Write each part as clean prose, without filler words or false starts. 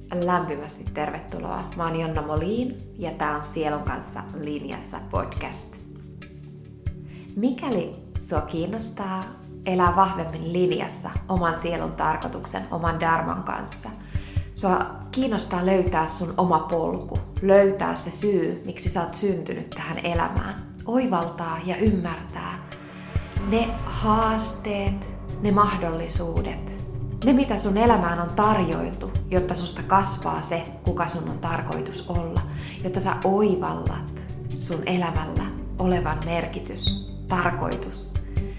lämpimästi tervetuloa. Mä oon Jonna Molin ja tää on Sielun kanssa linjassa podcast. Mikäli sua kiinnostaa elää vahvemmin linjassa oman sielun tarkoituksen, oman dharman kanssa, sua kiinnostaa löytää sun oma polku, löytää se syy, miksi sä oot syntynyt tähän elämään, oivaltaa ja ymmärtää ne haasteet, ne mahdollisuudet, ne, mitä sun elämään on tarjoiltu, jotta susta kasvaa se, kuka sun on tarkoitus olla, jotta sä oivallat sun elämällä olevan merkitys, tarkoitus,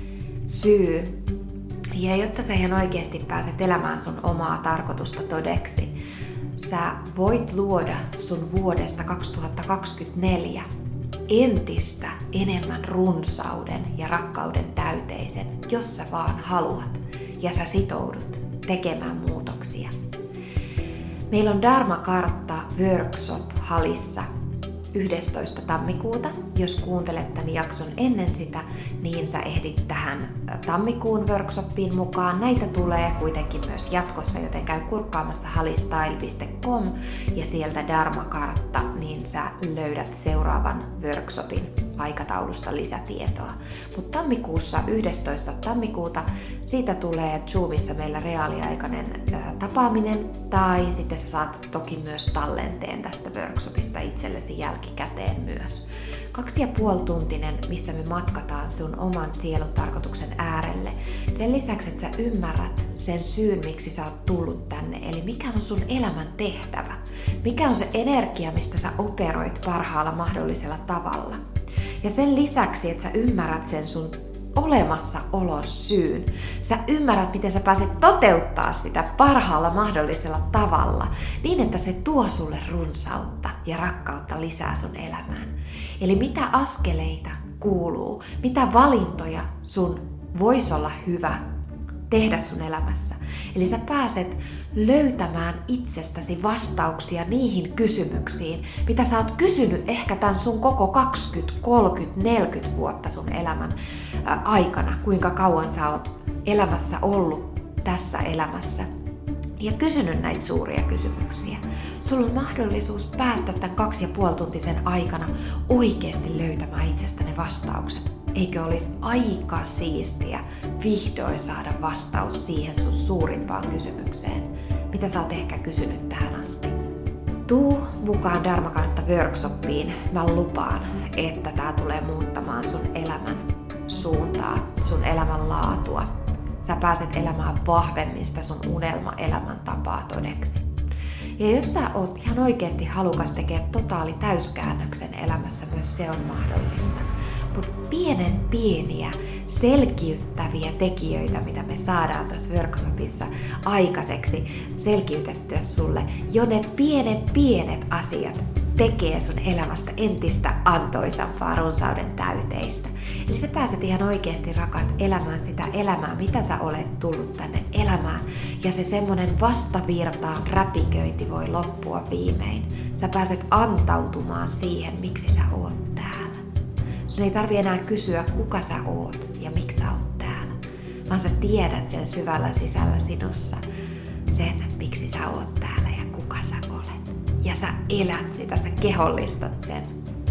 syy. Ja jotta sä ihan oikeasti pääset elämään sun omaa tarkoitusta todeksi, sä voit luoda sun vuodesta 2024 entistä enemmän runsauden ja rakkauden täyteisen, jos sä vaan haluat ja sä sitoudut tekemään muutoksia. Meillä on Dharma-kartta workshop Halissa 11. tammikuuta. Jos kuuntelet tämän jakson ennen sitä, niin sä ehdit tähän tammikuun workshopiin mukaan. Näitä tulee kuitenkin myös jatkossa, joten käy kurkkaamassa halistyle.com ja sieltä Dharma-kartta, niin sä löydät seuraavan workshopin aikataulusta lisätietoa. Mutta tammikuussa 11. tammikuuta siitä tulee Zoomissa meillä reaaliaikainen tapaaminen, tai sitten sä saat toki myös tallenteen tästä workshopista itsellesi jälkikäteen myös. 2,5-tuntinen, missä me matkataan sun oman sielun tarkoituksen äärelle. Sen lisäksi, että sä ymmärrät sen syyn, miksi sä oot tullut tänne, eli mikä on sun elämän tehtävä. Mikä on se energia, mistä sä operoit parhaalla mahdollisella tavalla. Ja sen lisäksi, että sä ymmärrät sen sun olemassaolon syyn. Sä ymmärrät, miten sä pääset toteuttaa sitä parhaalla mahdollisella tavalla, niin että se tuo sulle runsautta ja rakkautta lisää sun elämään. Eli mitä askeleita kuuluu, mitä valintoja sun voisi olla hyvä tehdä sun elämässä. Eli sä pääset löytämään itsestäsi vastauksia niihin kysymyksiin, mitä sä oot kysynyt ehkä tämän sun koko 20, 30, 40 vuotta sun elämän aikana, kuinka kauan sä oot elämässä ollut tässä elämässä. Ja kysynyt näitä suuria kysymyksiä. Sulla on mahdollisuus päästä tämän 2,5-tuntisen aikana oikeasti löytämään itsestä ne vastaukset. Eikö olisi aika siistiä vihdoin saada vastaus siihen sun suurimpaan kysymykseen, mitä sä oot ehkä kysynyt tähän asti. Tuu mukaan Dharma-kartta workshopiin. Mä lupaan, että tää tulee muuttamaan sun elämän suuntaa, sun elämän laatua. Sä pääset elämään vahvemmin sitä sun unelma-elämäntapaa todeksi. Ja jos sä oot ihan oikeasti halukas tekemään totaali täyskäännöksen elämässä, myös se on mahdollista. Mutta pieniä selkiyttäviä tekijöitä, mitä me saadaan tässä workshopissa aikaiseksi selkiytettyä sulle, jo ne pienet asiat tekee sun elämästä entistä antoisampaa, runsauden täyteistä. Eli sä pääset ihan oikeasti rakas elämään sitä elämää, mitä sä olet tullut tänne elämään. Ja se semmonen vastavirtaan räpiköinti voi loppua viimein. Sä pääset antautumaan siihen, miksi sä oot täällä. Sun ei tarvi enää kysyä, kuka sä oot ja miksi sä oot täällä. Vaan sä tiedät sen syvällä sisällä sinussa sen, miksi sä oot täällä ja kuka sä olet. Ja sä elät sitä, sä kehollistat sen.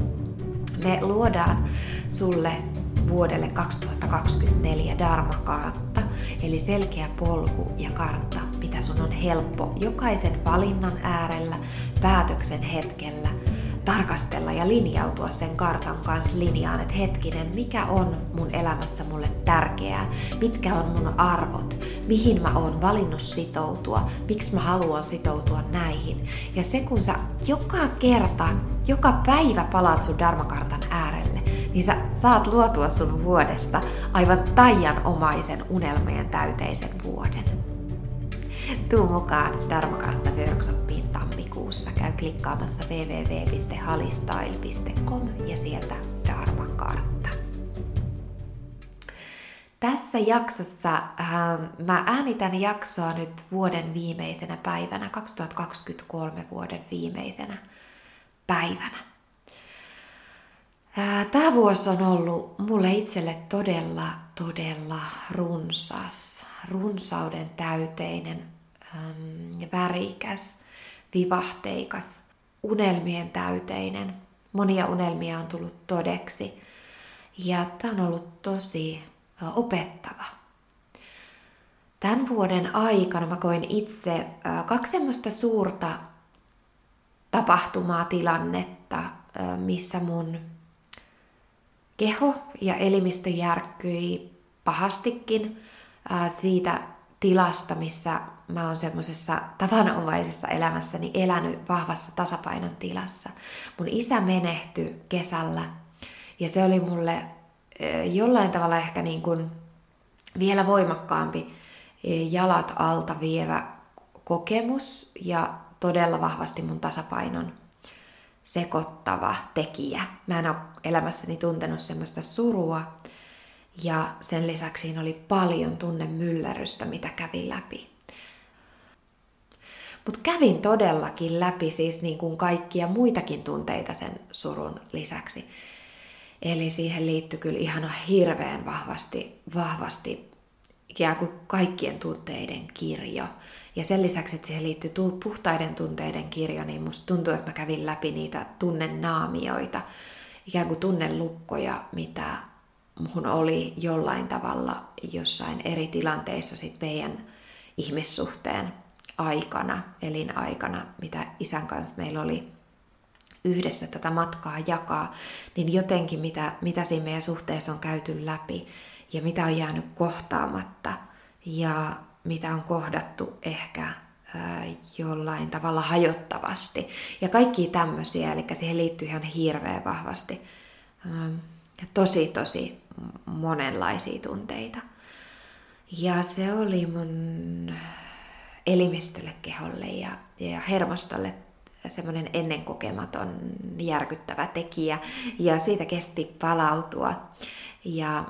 Me luodaan sulle vuodelle 2024 Dharma-kartta, eli selkeä polku ja kartta, mitä sun on helppo jokaisen valinnan äärellä, päätöksen hetkellä tarkastella ja linjautua sen kartan kanssa linjaan, että hetkinen, mikä on mun elämässä mulle tärkeää, mitkä on mun arvot, mihin mä oon valinnut sitoutua, miksi mä haluan sitoutua näihin. Ja se kun sä joka kerta, joka päivä palaat sun Dharma-kartan äärelle, niin sä saat luotua sun vuodesta aivan taianomaisen unelmien täyteisen vuoden. Tuu mukaan Dharma-kartta workshopiin tammikuussa. Käy klikkaamassa www.halistyle.com ja sieltä Dharma-kartta. Tässä jaksossa mä äänitän jaksoa nyt vuoden viimeisenä päivänä, 2023 vuoden viimeisenä päivänä. Tämä vuosi on ollut mulle itselle todella runsas, runsauden täyteinen ja värikäs. vivahteikas, unelmien täyteinen. Monia unelmia on tullut todeksi ja tämä on ollut tosi opettava. Tämän vuoden aikana mä koin itse 2 semmoista suurta tapahtumaa, tilannetta, missä mun keho ja elimistö järkkyi pahastikin siitä tilasta, missä mä oon semmoisessa tavanomaisessa elämässäni elänyt vahvassa tasapainon tilassa. Mun isä menehtyi kesällä ja se oli mulle jollain tavalla ehkä niin kuin vielä voimakkaampi jalat alta vievä kokemus ja todella vahvasti mun tasapainon sekoittava tekijä. Mä en ole elämässäni tuntenut semmoista surua ja sen lisäksi siinä oli paljon tunnemyllerrystä, mitä kävin läpi. Mutta kävin todellakin läpi siis niin kuin kaikkia muitakin tunteita sen surun lisäksi. Eli siihen liittyi kyllä ihan hirveän vahvasti ikään kuin kaikkien tunteiden kirjo. Ja sen lisäksi, että siihen liittyy puhtaiden tunteiden kirjo, niin musta tuntuu, että mä kävin läpi niitä tunnenaamioita, ikään kuin tunnelukkoja, mitä mun oli jollain tavalla jossain eri tilanteissa sit meidän ihmissuhteen aikana, elinaikana, mitä isän kanssa meillä oli yhdessä tätä matkaa jakaa, niin jotenkin mitä siinä meidän suhteessa on käyty läpi ja mitä on jäänyt kohtaamatta ja mitä on kohdattu ehkä jollain tavalla hajottavasti. Ja kaikki tämmöisiä, eli siihen liittyy ihan hirveän vahvasti tosi monenlaisia tunteita. Ja se oli mun elimistölle, keholle ja hermostolle semmoinen ennenkokematon järkyttävä tekijä. Ja siitä kesti palautua. Ja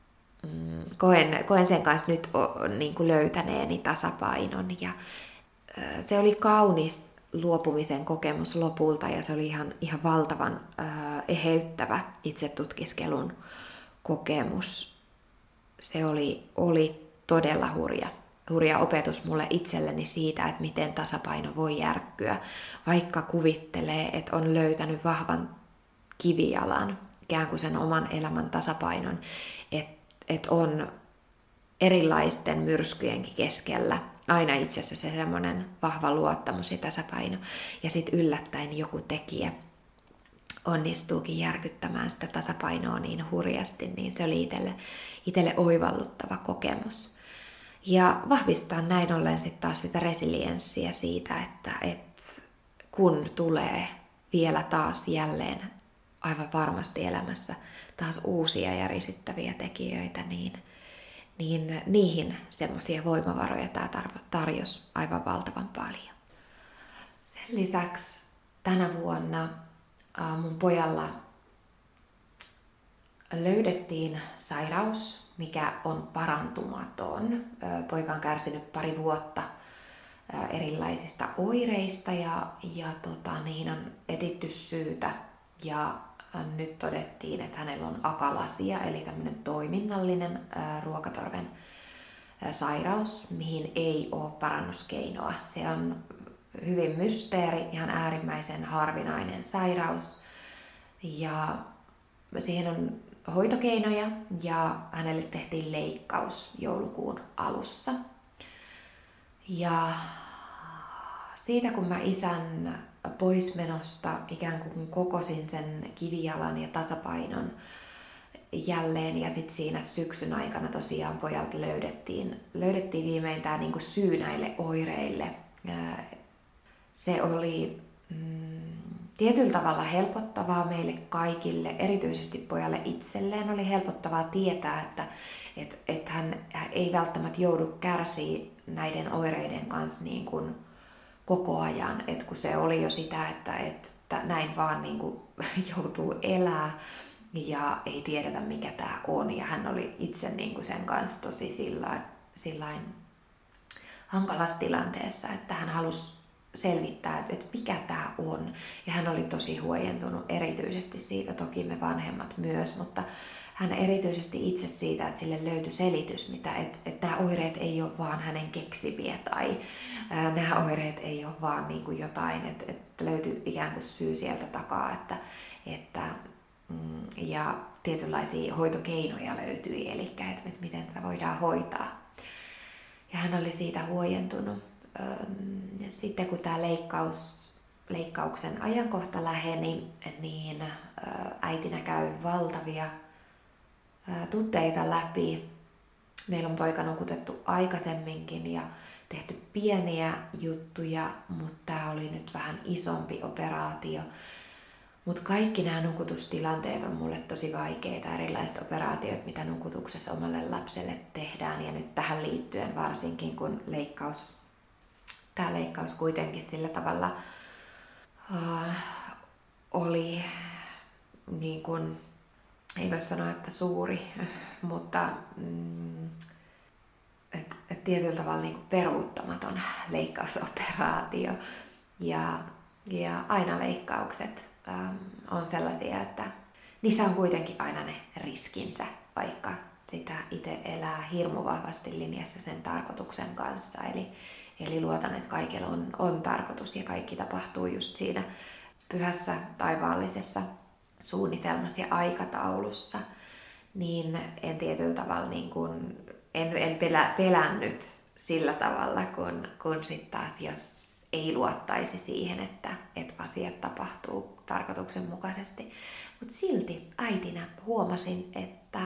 koen sen kanssa nyt niin kuin löytäneeni tasapainon. Ja se oli kaunis luopumisen kokemus lopulta ja se oli ihan valtavan eheyttävä itsetutkiskelun kokemus. Se oli todella hurja opetus mulle itselleni siitä, että miten tasapaino voi järkkyä, vaikka kuvittelee, että on löytänyt vahvan kivijalan, ikään kuin sen oman elämän tasapainon, että on erilaisten myrskyjenkin keskellä aina itse asiassa se semmoinen vahva luottamus ja tasapaino. Ja sitten yllättäen joku tekijä onnistuukin järkyttämään sitä tasapainoa niin hurjasti, niin se oli itselle oivalluttava kokemus. Ja vahvistaa näin ollen sitten taas sitä resilienssiä siitä, että kun tulee vielä taas jälleen aivan varmasti elämässä taas uusia järisyttäviä tekijöitä, niin niihin semmoisia voimavaroja tämä tarjosi aivan valtavan paljon. Sen lisäksi tänä vuonna mun pojalla löydettiin sairaus, mikä on parantumaton. Poika on kärsinyt 2 vuotta erilaisista oireista ja niihin on etitty syytä. Ja nyt todettiin, että hänellä on akalasia, eli tämmöinen toiminnallinen ruokatorven sairaus, mihin ei ole parannuskeinoa. Se on hyvin mysteeri, ihan äärimmäisen harvinainen sairaus. Ja siihen on hoitokeinoja ja hänelle tehtiin leikkaus joulukuun alussa. Ja siitä kun mä isän poismenosta ikään kuin kokosin sen kivijalan ja tasapainon jälleen ja sitten siinä syksyn aikana tosiaan pojalta löydettiin viimein tämä niinku syy näille oireille. Se oli tietyllä tavalla helpottavaa meille kaikille, erityisesti pojalle itselleen oli helpottavaa tietää, että hän ei välttämättä joudu kärsiä näiden oireiden kanssa niin kuin koko ajan, että kun se oli jo sitä, että näin vaan niin kuin joutuu elää ja ei tiedetä mikä tämä on ja hän oli itse niin kuin sen kanssa tosi sillain hankalassa tilanteessa, että hän halusi selvittää, että mikä tämä on. Ja hän oli tosi huojentunut erityisesti siitä, toki me vanhemmat myös, mutta hän erityisesti itse siitä, että sille löytyi selitys, että nämä oireet ei ole vaan hänen keksimiä tai nämä oireet ei ole vaan niin kuin jotain, että löytyy ikään kuin syy sieltä takaa, ja tietynlaisia hoitokeinoja löytyi, eli että miten tätä voidaan hoitaa. Ja hän oli siitä huojentunut. Sitten kun tämä leikkauksen ajankohta läheni, niin äitinä käy valtavia tunteita läpi. Meillä on poika nukutettu aikaisemminkin ja tehty pieniä juttuja, mutta tämä oli nyt vähän isompi operaatio. Mutta kaikki nämä nukutustilanteet on mulle tosi vaikeita, erilaiset operaatiot, mitä nukutuksessa omalle lapselle tehdään. Ja nyt tähän liittyen varsinkin, kun tämä leikkaus kuitenkin sillä tavalla oli, niin kuin, ei voi sanoa, että suuri, mutta tietyllä tavalla niin kuin peruuttamaton leikkausoperaatio. Ja aina leikkaukset on sellaisia, että niissä on kuitenkin aina ne riskinsä, vaikka sitä itse elää hirmu vahvasti linjassa sen tarkoituksen kanssa. Eli luotan, että kaikilla on tarkoitus ja kaikki tapahtuu just siinä pyhässä taivaallisessa suunnitelmassa ja aikataulussa. Niin en tietyllä tavalla niin kuin, en pelännyt sillä tavalla, kun sitten taas jos ei luottaisi siihen, että asiat tapahtuu tarkoituksenmukaisesti. Mutta silti äitinä huomasin, että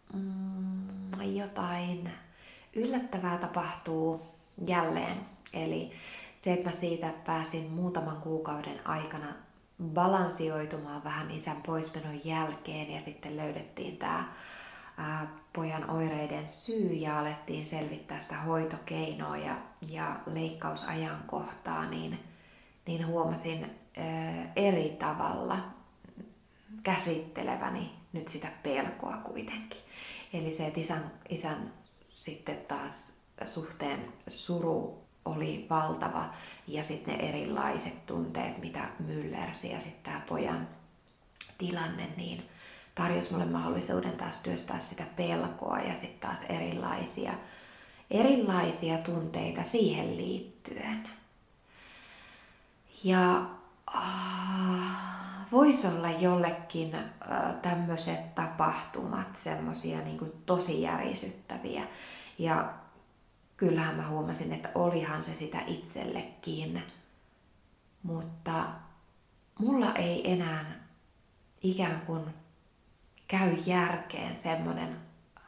jotain yllättävää tapahtuu jälleen. Eli se, että mä siitä pääsin muutaman kuukauden aikana balansioitumaan vähän isän poismenon jälkeen ja sitten löydettiin tämä pojan oireiden syy ja alettiin selvittää sitä hoitokeinoa ja leikkausajankohtaa, niin huomasin eri tavalla käsitteleväni nyt sitä pelkoa kuitenkin. Eli se, että isän sitten taas suhteen suru oli valtava ja sitten ne erilaiset tunteet, mitä myllersi ja sitten tämä pojan tilanne, niin tarjosi mulle mahdollisuuden taas työstää sitä pelkoa ja sitten taas erilaisia tunteita siihen liittyen. Ja voisi olla jollekin tämmöiset tapahtumat semmoisia niin kuin tosi järisyttäviä. Ja kyllähän mä huomasin, että olihan se sitä itsellekin. Mutta mulla ei enää ikään kuin käy järkeen semmoinen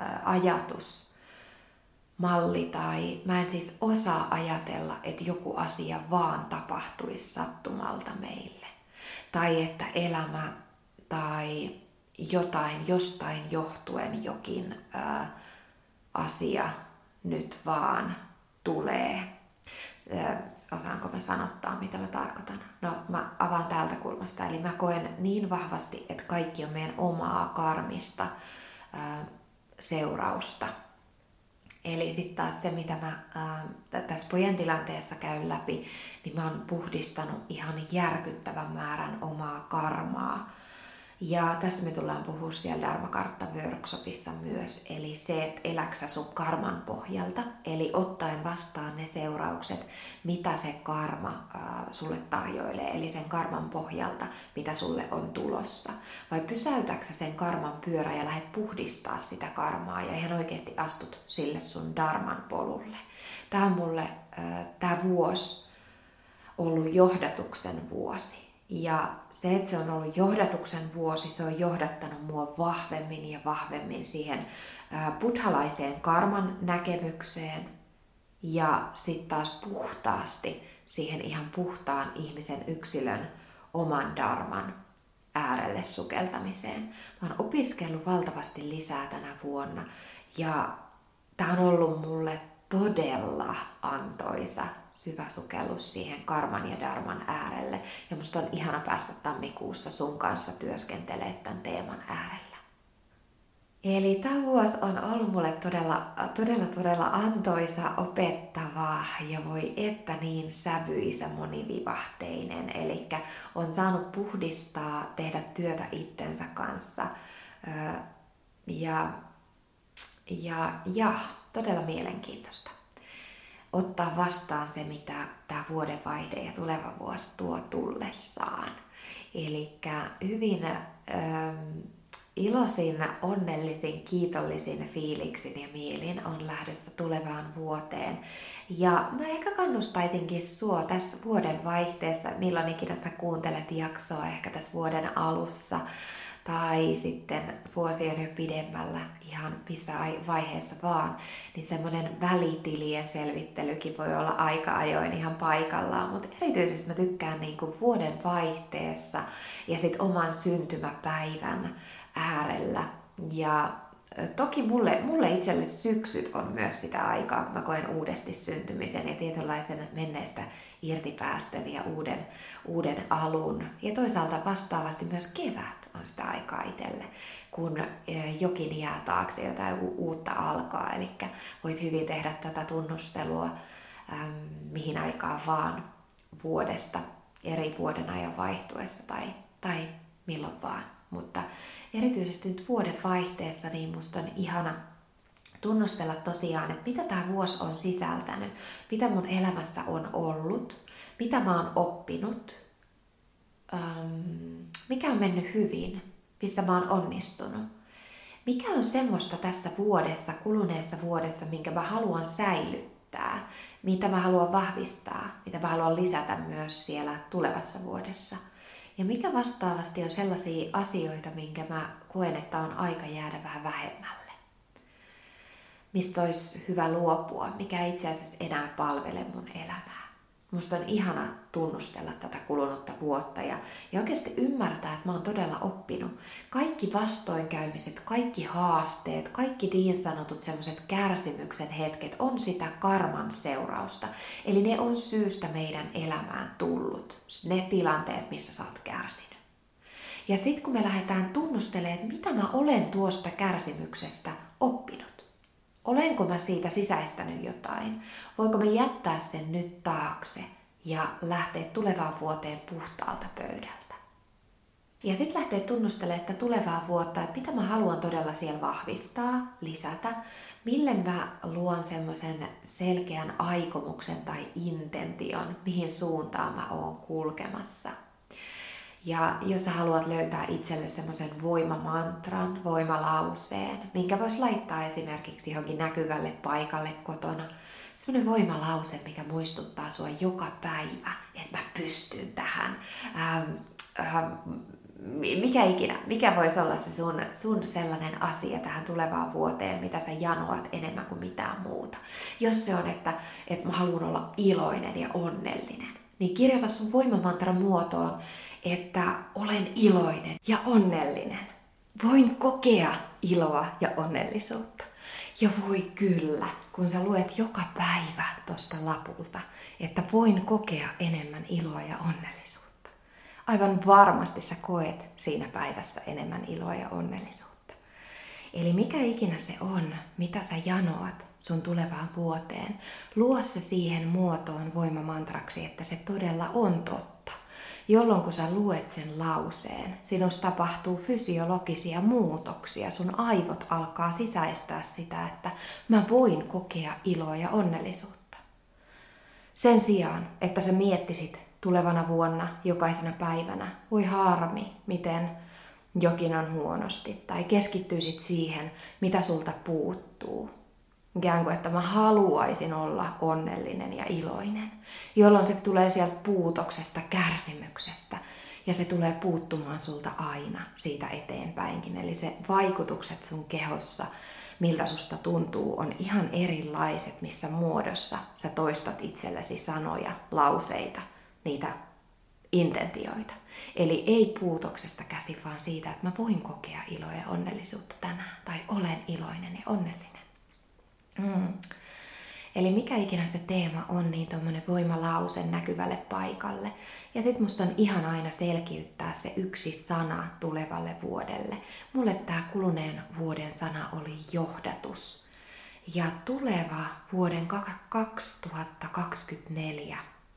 ajatusmalli tai mä en siis osaa ajatella, että joku asia vaan tapahtuisi sattumalta meille. Tai että elämä tai jostain johtuen jokin asia nyt vaan tulee. Osaanko mä sanottaa, mitä mä tarkoitan? No, mä avaan täältä kulmasta. Eli mä koen niin vahvasti, että kaikki on meidän omaa karmista seurausta. Eli sitten taas se, mitä mä tässä pojan tilanteessa käyn läpi, niin mä oon puhdistanut ihan järkyttävän määrän omaa karmaa. Ja tästä me tullaan puhua siellä Dharmakartta-workshopissa myös, eli se, että eläksä sun karman pohjalta, eli ottaen vastaan ne seuraukset, mitä se karma sulle tarjoilee, eli sen karman pohjalta, mitä sulle on tulossa. Vai pysäytäksä sen karman pyörä ja lähdet puhdistaa sitä karmaa ja ihan oikeasti astut sille sun dharman polulle. Tämä on mulle tämä vuosi ollut johdatuksen vuosi. Ja se, että se on ollut johdatuksen vuosi, se on johdattanut mua vahvemmin ja vahvemmin siihen buddhalaiseen karman näkemykseen ja sitten taas puhtaasti siihen ihan puhtaan ihmisen yksilön oman dharman äärelle sukeltamiseen. Mä oon opiskellut valtavasti lisää tänä vuonna ja tää on ollut mulle todella antoisa syvä sukellus siihen karman ja dharman äärelle. Ja musta on ihana päästä tammikuussa sun kanssa työskentelemään tämän teeman äärellä. Eli tämä vuosi on ollut mulle todella antoisa, opettava ja voi että niin sävyisä, monivivahteinen. Eli on saanut puhdistaa, tehdä työtä itsensä kanssa Ja todella mielenkiintoista ottaa vastaan se, mitä tämä vuodenvaihde ja tuleva vuosi tuo tullessaan. Eli hyvin iloisin, onnellisin, kiitollisin fiiliksin ja mielin on lähdössä tulevaan vuoteen. Ja mä ehkä kannustaisinkin sua tässä vuoden vaihteessa, milloin ikinä sä kuuntelet jaksoa, ehkä tässä vuoden alussa tai sitten vuosien jo pidemmällä, ihan missä vaiheessa vaan, niin semmoinen välitilien selvittelykin voi olla aika ajoin ihan paikallaan, mutta erityisesti mä tykkään niin kuin vuoden vaihteessa ja sitten oman syntymäpäivän äärellä. Ja toki mulle itselle syksyt on myös sitä aikaa, kun mä koen uudesti syntymisen ja tietynlaisen menneestä irtipäästön ja uuden alun. Ja toisaalta vastaavasti myös kevät on sitä aikaa itselle, kun jokin jää taakse, jotain uutta alkaa. Eli voit hyvin tehdä tätä tunnustelua mihin aikaan vaan vuodesta, eri vuoden ajan vaihtuessa tai milloin vaan. Mutta erityisesti nyt vuoden vaihteessa niin musta on ihana tunnustella tosiaan, että mitä tämä vuosi on sisältänyt, mitä mun elämässä on ollut, mitä mä oon oppinut, mikä on mennyt hyvin, missä mä oon onnistunut. Mikä on semmoista tässä vuodessa, kuluneessa vuodessa, minkä mä haluan säilyttää, mitä mä haluan vahvistaa, mitä mä haluan lisätä myös siellä tulevassa vuodessa. Ja mikä vastaavasti on sellaisia asioita, minkä mä koen, että on aika jäädä vähän vähemmälle. Mistä olisi hyvä luopua, mikä ei itse asiassa enää palvele mun elämää. Musta on ihana tunnustella tätä kulunutta vuotta ja oikeasti ymmärtää, että mä oon todella oppinut. Kaikki vastoinkäymiset, kaikki haasteet, kaikki niin sanotut semmoiset kärsimyksen hetket on sitä karman seurausta. Eli ne on syystä meidän elämään tullut. Ne tilanteet, missä sä oot kärsinyt. Ja sitten kun me lähdetään tunnustelemaan, että mitä mä olen tuosta kärsimyksestä oppinut. Olenko mä siitä sisäistänyt jotain? Voinko mä jättää sen nyt taakse ja lähteä tulevaan vuoteen puhtaalta pöydältä? Ja sitten lähteä tunnustelemaan sitä tulevaa vuotta, että mitä mä haluan todella siellä vahvistaa, lisätä, mille mä luon semmoisen selkeän aikomuksen tai intention, mihin suuntaan mä oon kulkemassa. Ja jos sä haluat löytää itselle semmoisen voimamantran, voimalauseen, minkä vois laittaa esimerkiksi johonkin näkyvälle paikalle kotona, semmoinen voimalause, mikä muistuttaa sua joka päivä, että mä pystyn tähän. Mikä voisi olla se sun sellainen asia tähän tulevaan vuoteen, mitä sä janoat enemmän kuin mitään muuta. Jos se on, että mä haluan olla iloinen ja onnellinen, niin kirjoita sun voimamantran muotoon, että olen iloinen ja onnellinen. Voin kokea iloa ja onnellisuutta. Ja voi kyllä, kun sä luet joka päivä tosta lapulta, että voin kokea enemmän iloa ja onnellisuutta. Aivan varmasti sä koet siinä päivässä enemmän iloa ja onnellisuutta. Eli mikä ikinä se on, mitä sä janoat sun tulevaan vuoteen, luo se siihen muotoon voimamantraksi, että se todella on totta. Jolloin kun sä luet sen lauseen, sinusta tapahtuu fysiologisia muutoksia. Sun aivot alkaa sisäistää sitä, että mä voin kokea iloa ja onnellisuutta. Sen sijaan, että sä miettisit tulevana vuonna, jokaisena päivänä, voi harmi, miten jokin on huonosti. Tai keskittyisit siihen, mitä sulta puuttuu. Ikään kuin, että mä haluaisin olla onnellinen ja iloinen, jolloin se tulee sieltä puutoksesta, kärsimyksestä, ja se tulee puuttumaan sulta aina siitä eteenpäinkin. Eli se vaikutukset sun kehossa, miltä susta tuntuu, on ihan erilaiset, missä muodossa sä toistat itsellesi sanoja, lauseita, niitä intentioita. Eli ei puutoksesta käsin, vaan siitä, että mä voin kokea iloa ja onnellisuutta tänään, tai olen iloinen ja onnellinen. Eli mikä ikinä se teema on, niin tommonen voimalause näkyvälle paikalle. Ja sit musta on ihan aina selkiyttää se yksi sana tulevalle vuodelle. Mulle tää kuluneen vuoden sana oli johdatus. Ja tuleva vuoden 2024.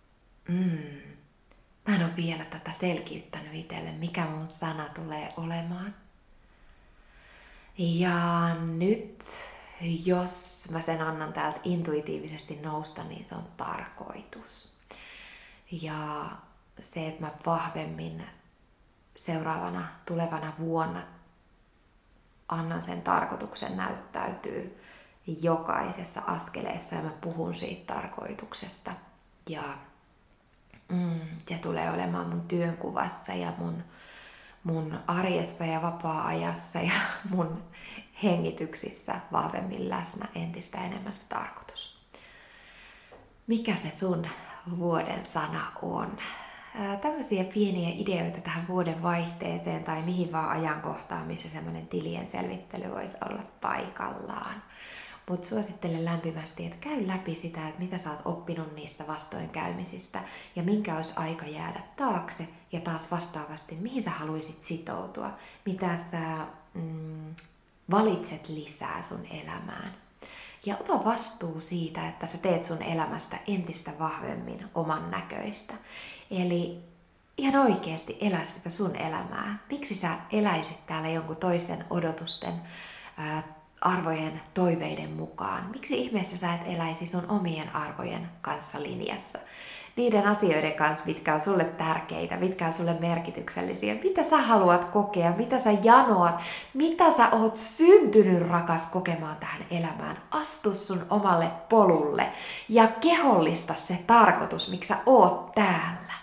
Mä en ole vielä tätä selkiyttänyt itselle, mikä mun sana tulee olemaan. Ja nyt, jos mä sen annan täältä intuitiivisesti nousta, niin se on tarkoitus. Ja se, että mä vahvemmin seuraavana tulevana vuonna annan sen tarkoituksen näyttäytyy jokaisessa askeleessa ja mä puhun siitä tarkoituksesta. Ja se tulee olemaan mun työnkuvassa ja mun arjessa ja vapaa-ajassa ja mun hengityksissä vahvemmin läsnä entistä enemmän se tarkoitus. Mikä se sun vuoden sana on? Tämmöisiä pieniä ideoita tähän vuoden vaihteeseen tai mihin vaan ajankohtaan, missä semmoinen tilien selvittely voisi olla paikallaan. Mutta suosittelen lämpimästi, että käy läpi sitä, että mitä sä oot oppinut niistä vastoinkäymisistä ja minkä olisi aika jäädä taakse ja taas vastaavasti, mihin sä haluaisit sitoutua, mitä sä valitset lisää sun elämään. Ja ota vastuu siitä, että sä teet sun elämästä entistä vahvemmin oman näköistä. Eli ihan oikeasti elä sitä sun elämää. Miksi sä eläisit täällä jonkun toisen odotusten, arvojen, toiveiden mukaan? Miksi ihmeessä sä et eläisi sun omien arvojen kanssa linjassa? Niiden asioiden kanssa, mitkä on sulle tärkeitä, mitkä on sulle merkityksellisiä, mitä sä haluat kokea, mitä sä janoat, mitä sä oot syntynyt rakas kokemaan tähän elämään. Astu sun omalle polulle ja kehollista se tarkoitus, miksi sä oot täällä.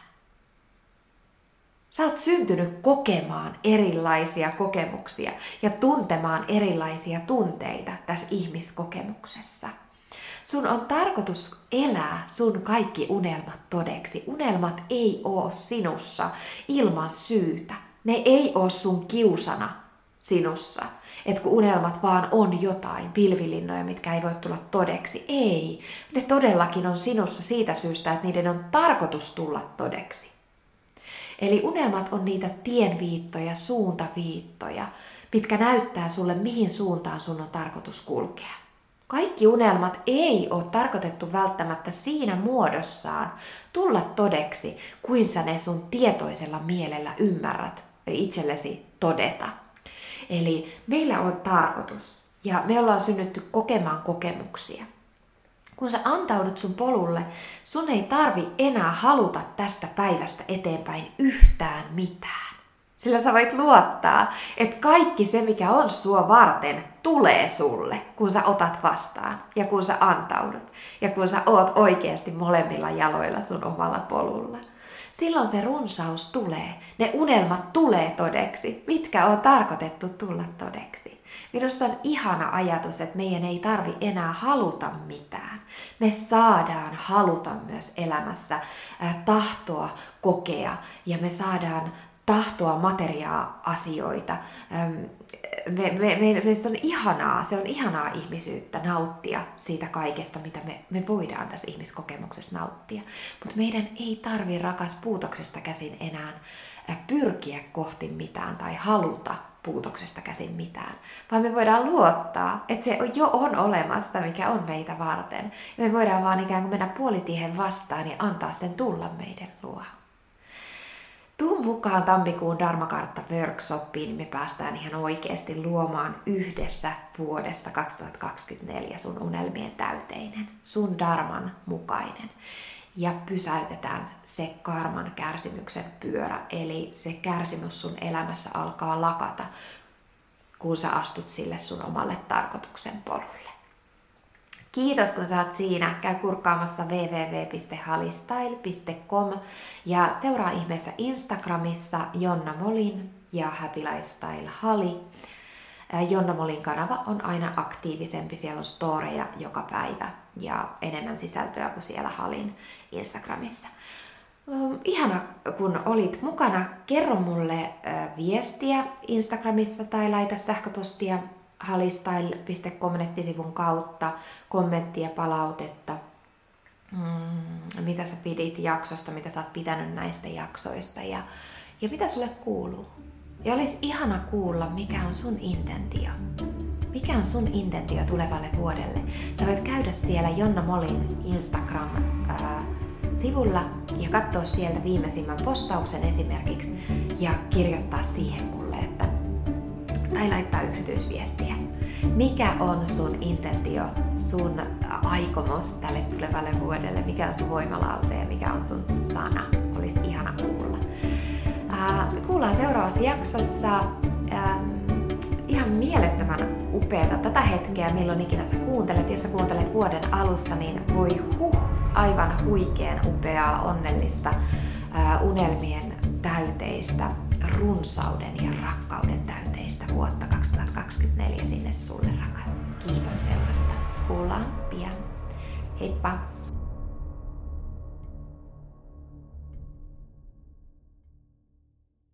Sä oot syntynyt kokemaan erilaisia kokemuksia ja tuntemaan erilaisia tunteita tässä ihmiskokemuksessa. Sun on tarkoitus elää sun kaikki unelmat todeksi. Unelmat ei oo sinussa ilman syytä. Ne ei oo sun kiusana sinussa. Että kun unelmat vaan on jotain pilvilinnoja, mitkä ei voi tulla todeksi. Ei. Ne todellakin on sinussa siitä syystä, että niiden on tarkoitus tulla todeksi. Eli unelmat on niitä tienviittoja, suuntaviittoja, mitkä näyttää sulle, mihin suuntaan sun on tarkoitus kulkea. Kaikki unelmat ei ole tarkoitettu välttämättä siinä muodossaan tulla todeksi, kuin sä ne sun tietoisella mielellä ymmärrät itsellesi todeta. Eli meillä on tarkoitus ja me ollaan synnytty kokemaan kokemuksia. Kun sä antaudut sun polulle, sun ei tarvi enää haluta tästä päivästä eteenpäin yhtään mitään. Sillä sä voit luottaa, että kaikki se, mikä on sua varten, tulee sulle, kun sä otat vastaan ja kun sä antaudut ja kun sä oot oikeasti molemmilla jaloilla sun omalla polulla. Silloin se runsaus tulee, ne unelmat tulee todeksi, mitkä on tarkoitettu tulla todeksi. Minusta on ihana ajatus, että meidän ei tarvi enää haluta mitään. Me saadaan haluta myös elämässä tahtoa kokea ja me saadaan tahtoa materiaa asioita. Se on ihanaa ihmisyyttä nauttia siitä kaikesta, mitä me voidaan tässä ihmiskokemuksessa nauttia. Mutta meidän ei tarvitse rakas puutoksesta käsin enää pyrkiä kohti mitään tai haluta puutoksesta käsin mitään, vaan me voidaan luottaa, että se jo on olemassa, mikä on meitä varten. Ja me voidaan vaan ikään kuin mennä puolitiehen vastaan ja antaa sen tulla meidän luo. Tuu mukaan tammikuun Dharmakartta-workshopiin, niin me päästään ihan oikeasti luomaan yhdessä vuodesta 2024 sun unelmien täyteinen, sun dharman mukainen. Ja pysäytetään se karman kärsimyksen pyörä, eli se kärsimys sun elämässä alkaa lakata, kun sä astut sille sun omalle tarkoituksen polulle. Kiitos, kun sä oot siinä. Käy kurkkaamassa www.halistyle.com ja seuraa ihmeessä Instagramissa Jonna Molin ja Happy Lifestyle Hali. Jonna Molin kanava on aina aktiivisempi, siellä on storeja joka päivä ja enemmän sisältöä kuin siellä Halin Instagramissa. Ihana, kun olit mukana. Kerro mulle viestiä Instagramissa tai laita sähköpostia halistyle.com-nettisivun kautta, kommenttia, palautetta, mitä sä pidit jaksosta, mitä sä oot pitänyt näistä jaksoista ja mitä sulle kuuluu. Ja olisi ihana kuulla, mikä on sun intentio. Mikä on sun intentio tulevalle vuodelle? Sä voit käydä siellä Jonna Molin Instagram-sivulla ja katsoa sieltä viimeisimmän postauksen esimerkiksi ja kirjoittaa siihen mulle, että tai laittaa yksityisviestiä. Mikä on sun intentio, sun aikomus tälle tulevalle vuodelle? Mikä on sun voimalause ja mikä on sun sana? Olisi ihana kuulla. Me kuullaan seuraavassa jaksossa. Ihan mielettömän upeata tätä hetkeä, milloin ikinä sä kuuntelet. Jos sä kuuntelet vuoden alussa, niin voi aivan huikean upeaa, onnellista, unelmien täyteistä, runsauden ja rakkauden täyteistä vuotta 2024 sinne sulle, rakas. Kiitos seurasta. Kuullaan pian. Heippa!